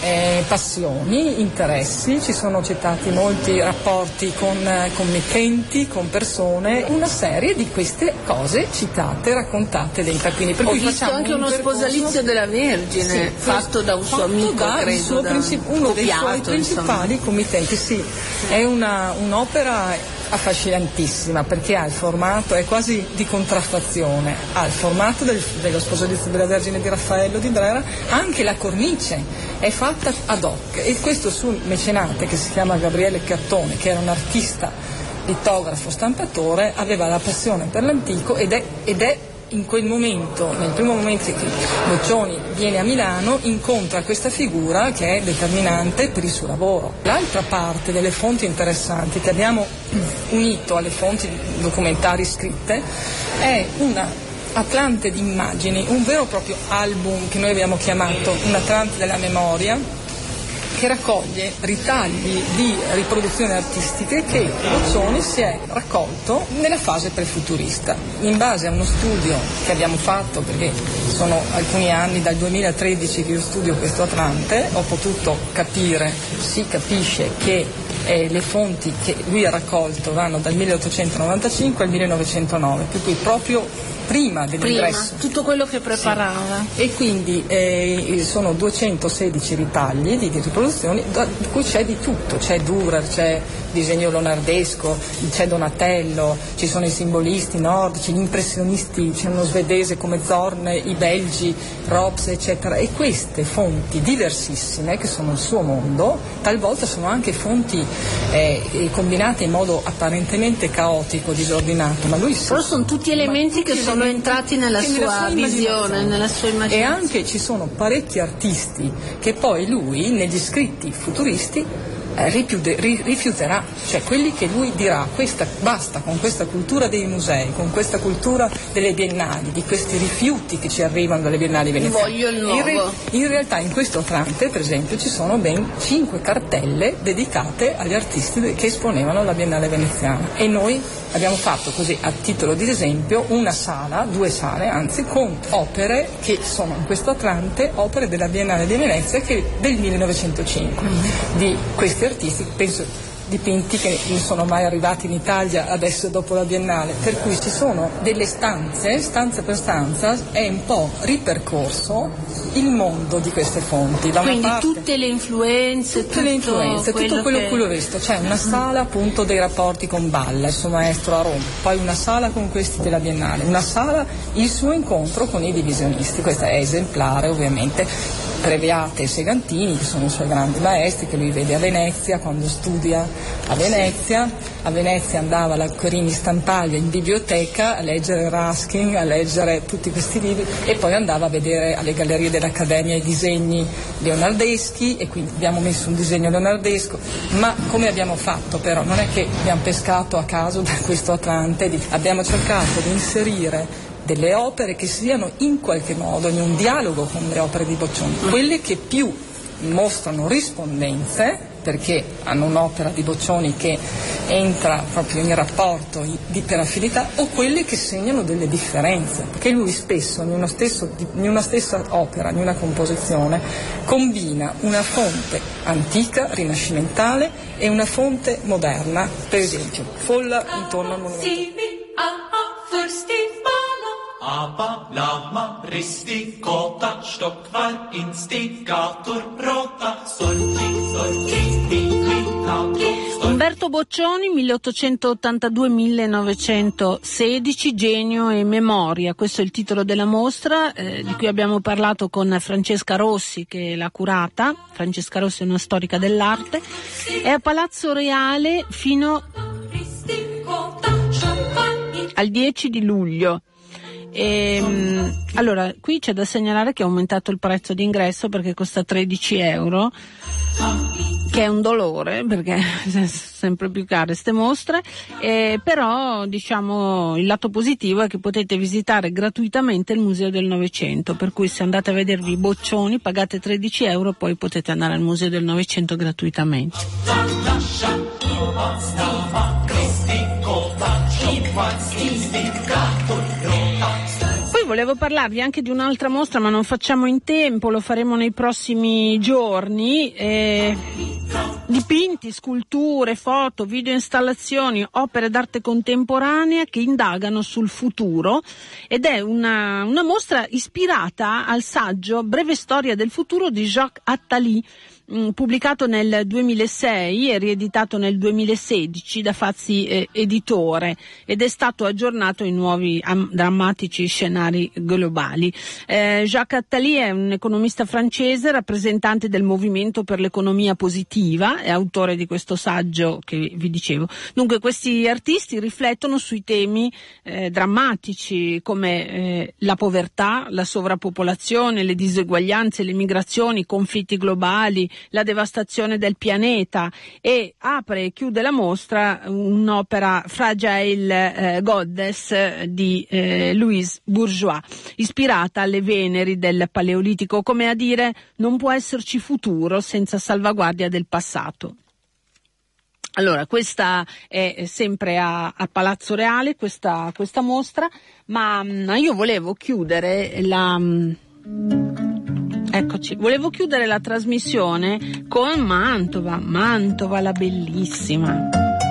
passioni, interessi, ci sono citati molti rapporti con committenti, con persone, una serie di queste cose citate, raccontate dei tacchini. Per cui visto anche uno sposalizio della Vergine, fatto da un suo amico, credo, uno dei suoi principali committenti. Sì, è un'opera affascinantissima perché ha il formato, è quasi di contraffazione, ha il formato dello sposalizio della Vergine di Raffaello di Brera, anche la cornice è fatta ad hoc, e questo suo mecenate, che si chiama Gabriele Cartone, che era un artista, litografo, stampatore, aveva la passione per l'antico ed è in quel momento, nel primo momento che Boccioni viene a Milano, incontra questa figura che è determinante per il suo lavoro. L'altra parte delle fonti interessanti che abbiamo unito alle fonti documentari scritte è una Atlante di immagini, un vero e proprio album che noi abbiamo chiamato un Atlante della memoria, che raccoglie ritagli di riproduzioni artistiche che Boccioni si è raccolto nella fase prefuturista. In base a uno studio che abbiamo fatto, perché sono alcuni anni, dal 2013 che io studio questo Atlante, ho potuto capire, si capisce che le fonti che lui ha raccolto vanno dal 1895 al 1909, per cui proprio prima dell'ingresso. Tutto quello che preparava. Sì. E quindi sono 216 ritagli di riproduzioni, da cui c'è di tutto, c'è Dürer, c'è disegno leonardesco, c'è Donatello, ci sono i simbolisti nordici, gli impressionisti, c'è uno svedese come Zorn, i belgi, Robs, eccetera, e queste fonti diversissime che sono il suo mondo, talvolta sono anche fonti combinate in modo apparentemente caotico, disordinato, ma lui però sono tutti elementi che sono entrati nella sua visione, nella sua immaginazione. E anche ci sono parecchi artisti che poi lui, negli scritti futuristi, rifiuterà, cioè quelli che lui dirà basta con questa cultura dei musei, con questa cultura delle biennali, di questi rifiuti che ci arrivano dalle biennali veneziane. Voglio il nuovo. In realtà in questo Atlante, per esempio, ci sono ben 5 cartelle dedicate agli artisti che esponevano la Biennale veneziana, e noi abbiamo fatto così, a titolo di esempio, una sala, 2 sale anzi, con opere che sono in questo Atlante, opere della Biennale di Venezia del 1905, di questi artisti, penso dipinti che non sono mai arrivati in Italia adesso dopo la Biennale, per cui ci sono delle stanza per stanza, è un po' ripercorso il mondo di queste fonti. Da quindi una parte, tutte le influenze, tutto quello che ho visto. C'è una sala appunto dei rapporti con Balla, il suo maestro a Roma, poi una sala con questi della Biennale, una sala il suo incontro con i divisionisti, questa è esemplare ovviamente. Previate e Segantini, che sono i suoi grandi maestri, che lui vede a Venezia quando studia a Venezia. A Venezia andava alla Corini Stampaglia in biblioteca a leggere Ruskin, a leggere tutti questi libri, e poi andava a vedere alle gallerie dell'Accademia i disegni leonardeschi, e quindi abbiamo messo un disegno leonardesco. Ma come abbiamo fatto però? Non è che abbiamo pescato a caso da questo Atlante, abbiamo cercato di inserire delle opere che siano in qualche modo in un dialogo con le opere di Boccioni, quelle che più mostrano rispondenze, perché hanno un'opera di Boccioni che entra proprio in rapporto per affinità, o quelle che segnano delle differenze, perché lui spesso in una stessa opera, in una composizione, combina una fonte antica, rinascimentale, e una fonte moderna, per esempio Folla intorno al monumento. Aber lama risti kota stockvar instigator rota sorti Umberto Boccioni, 1882-1916, Genio e memoria. Questo è il titolo della mostra, di cui abbiamo parlato con Francesca Rossi, che l'ha curata. Francesca Rossi è una storica dell'arte. È a Palazzo Reale fino al 10 di luglio. Allora, qui c'è da segnalare che è aumentato il prezzo d'ingresso, perché costa 13 euro, che è un dolore, perché sono sempre più care queste mostre, però diciamo il lato positivo è che potete visitare gratuitamente il Museo del Novecento, per cui se andate a vedervi i Boccioni pagate 13 euro, poi potete andare al Museo del Novecento gratuitamente. Poi volevo parlarvi anche di un'altra mostra, ma non facciamo in tempo, lo faremo nei prossimi giorni. Dipinti, sculture, foto, videoinstallazioni, opere d'arte contemporanea che indagano sul futuro, ed è una mostra ispirata al saggio Breve storia del futuro di Jacques Attali, pubblicato nel 2006 e rieditato nel 2016 da Fazzi Editore, ed è stato aggiornato in nuovi drammatici scenari globali. Jacques Attali è un economista francese, rappresentante del movimento per l'economia positiva, è autore di questo saggio che vi dicevo. Dunque questi artisti riflettono sui temi drammatici come la povertà, la sovrappopolazione, le diseguaglianze, le migrazioni, i conflitti globali, la devastazione del pianeta, e apre e chiude la mostra un'opera, Fragile Goddess di Louise Bourgeois, ispirata alle Veneri del Paleolitico, come a dire non può esserci futuro senza salvaguardia del passato. Allora, questa è sempre a Palazzo Reale, questa mostra, ma io volevo chiudere volevo chiudere la trasmissione con Mantova la bellissima.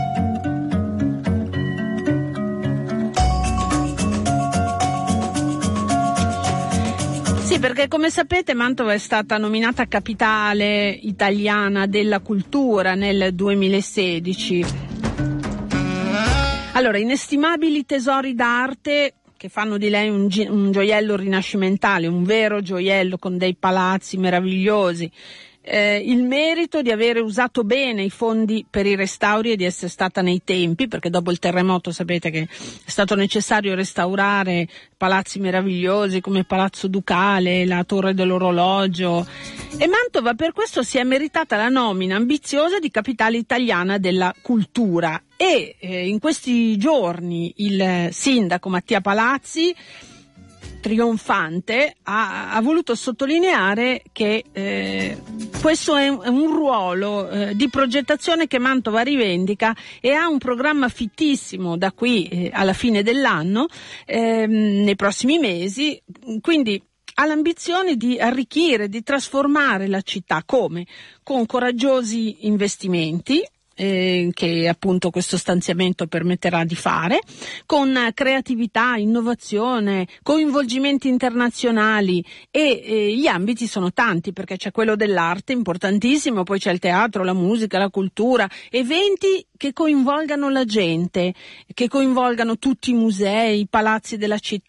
Sì, perché come sapete Mantova è stata nominata capitale italiana della cultura nel 2016. Allora, inestimabili tesori d'arte che fanno di lei un gioiello rinascimentale, un vero gioiello con dei palazzi meravigliosi. Il merito di avere usato bene i fondi per i restauri e di essere stata nei tempi, perché dopo il terremoto sapete che è stato necessario restaurare palazzi meravigliosi come il Palazzo Ducale, la Torre dell'Orologio, e Mantova per questo si è meritata la nomina ambiziosa di capitale italiana della cultura. E in questi giorni il sindaco Mattia Palazzi, trionfante, ha voluto sottolineare che questo è un ruolo di progettazione che Mantova rivendica e ha un programma fittissimo da qui alla fine dell'anno, nei prossimi mesi, quindi ha l'ambizione di arricchire, di trasformare la città. Come? Con coraggiosi investimenti, che appunto questo stanziamento permetterà di fare, con creatività, innovazione, coinvolgimenti internazionali, e gli ambiti sono tanti, perché c'è quello dell'arte importantissimo, poi c'è il teatro, la musica, la cultura, eventi che coinvolgano la gente, che coinvolgano tutti i musei, i palazzi della città.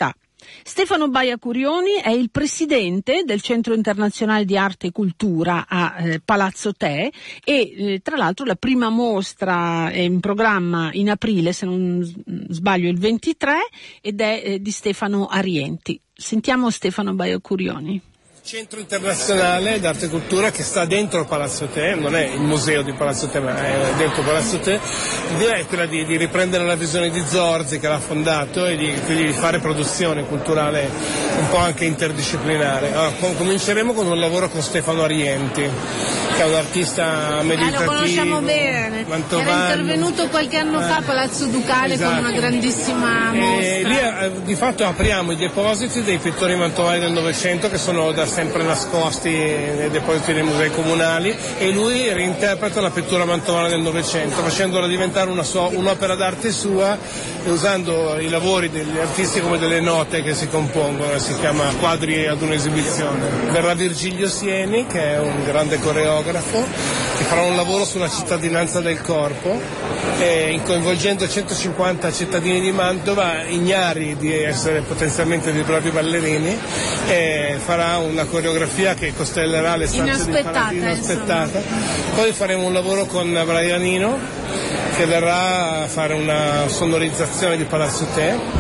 Stefano Baia Curioni è il presidente del Centro Internazionale di Arte e Cultura a Palazzo Te e tra l'altro la prima mostra è in programma in aprile, se non sbaglio il 23, ed è di Stefano Arienti. Sentiamo Stefano Baia Curioni. Centro internazionale d'arte e cultura che sta dentro Palazzo Te, non è il museo di Palazzo Te ma è dentro Palazzo Te. L'idea è quella di riprendere la visione di Zorzi che l'ha fondato e quindi di fare produzione culturale un po' anche interdisciplinare. Cominceremo con un lavoro con Stefano Arienti, che è un artista meditativo. Lo conosciamo bene, mantovano. Era intervenuto qualche anno fa a Palazzo Ducale, esatto, con una grandissima mostra. Lì di fatto apriamo i depositi dei pittori mantovani del Novecento che sono da sempre nascosti nei depositi dei musei comunali, e lui reinterpreta la pittura mantovana del Novecento facendola diventare un'opera d'arte sua e usando i lavori degli artisti come delle note che si compongono. Si chiama Quadri ad un'esibizione. Verrà Virgilio Sieni, che è un grande coreografo, che farà un lavoro sulla cittadinanza del corpo, coinvolgendo 150 cittadini di Mantova ignari di essere potenzialmente dei bravi ballerini, e farà una coreografia che costellerà le stanze di Paladino, inaspettata. Poi faremo un lavoro con Brian Eno, che verrà a fare una sonorizzazione di Palazzo Te.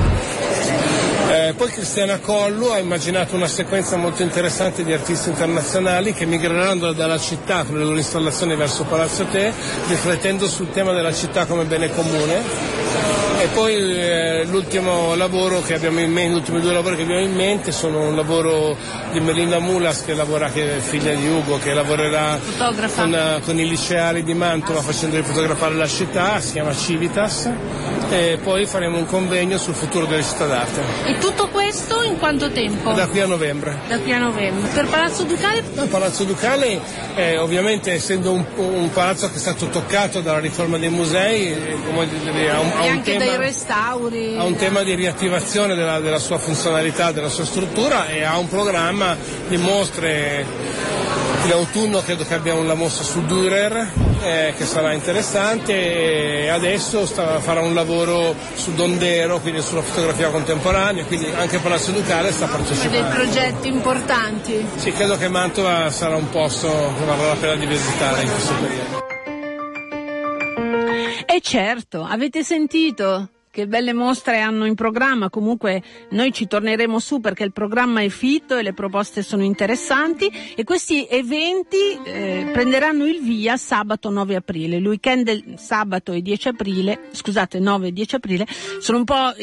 Poi Cristiana Collu ha immaginato una sequenza molto interessante di artisti internazionali che migreranno dalla città con le loro installazioni verso Palazzo Te, riflettendo sul tema della città come bene comune. E poi l'ultimo lavoro che abbiamo in mente, gli ultimi due lavori che abbiamo in mente sono un lavoro di Melinda Mulas, che è figlia di Ugo, che lavorerà con i liceari di Mantova facendo fotografare la città, si chiama Civitas, e poi faremo un convegno sul futuro delle città d'arte. E tutto questo in quanto tempo? Da qui a novembre. Per Palazzo Ducale? Palazzo Ducale, ovviamente essendo un palazzo che è stato toccato dalla riforma dei musei, ha un tema, dei restauri. Ha un tema di riattivazione della sua funzionalità, della sua struttura, e ha un programma di mostre. In autunno credo che abbiamo una mostra su Dürer che sarà interessante, e adesso farà un lavoro su Dondero, quindi sulla fotografia contemporanea, quindi anche Palazzo Ducale sta partecipando. Dei progetti importanti. Sì, credo che Mantova sarà un posto che varrà la pena di visitare in questo periodo. E certo, avete sentito che belle mostre hanno in programma. Comunque noi ci torneremo su perché il programma è fitto e le proposte sono interessanti, e questi eventi prenderanno il via sabato 9 aprile. Il weekend del sabato e 10 aprile, 9 e 10 aprile, sono un po'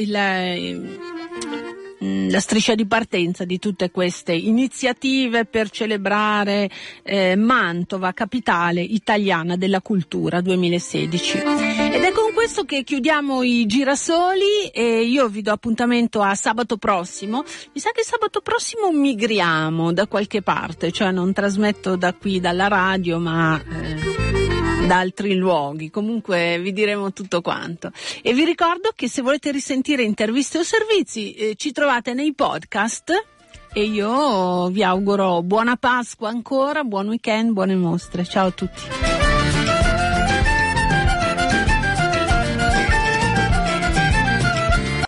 la striscia di partenza di tutte queste iniziative per celebrare Mantova, capitale italiana della cultura 2016. Ed è con questo che chiudiamo i girasoli, e io vi do appuntamento a sabato prossimo. Mi sa che sabato prossimo migriamo da qualche parte, cioè non trasmetto da qui dalla radio, ma da altri luoghi. Comunque vi diremo tutto quanto, e vi ricordo che se volete risentire interviste o servizi ci trovate nei podcast, e io vi auguro buona Pasqua ancora, buon weekend, buone mostre. Ciao a tutti.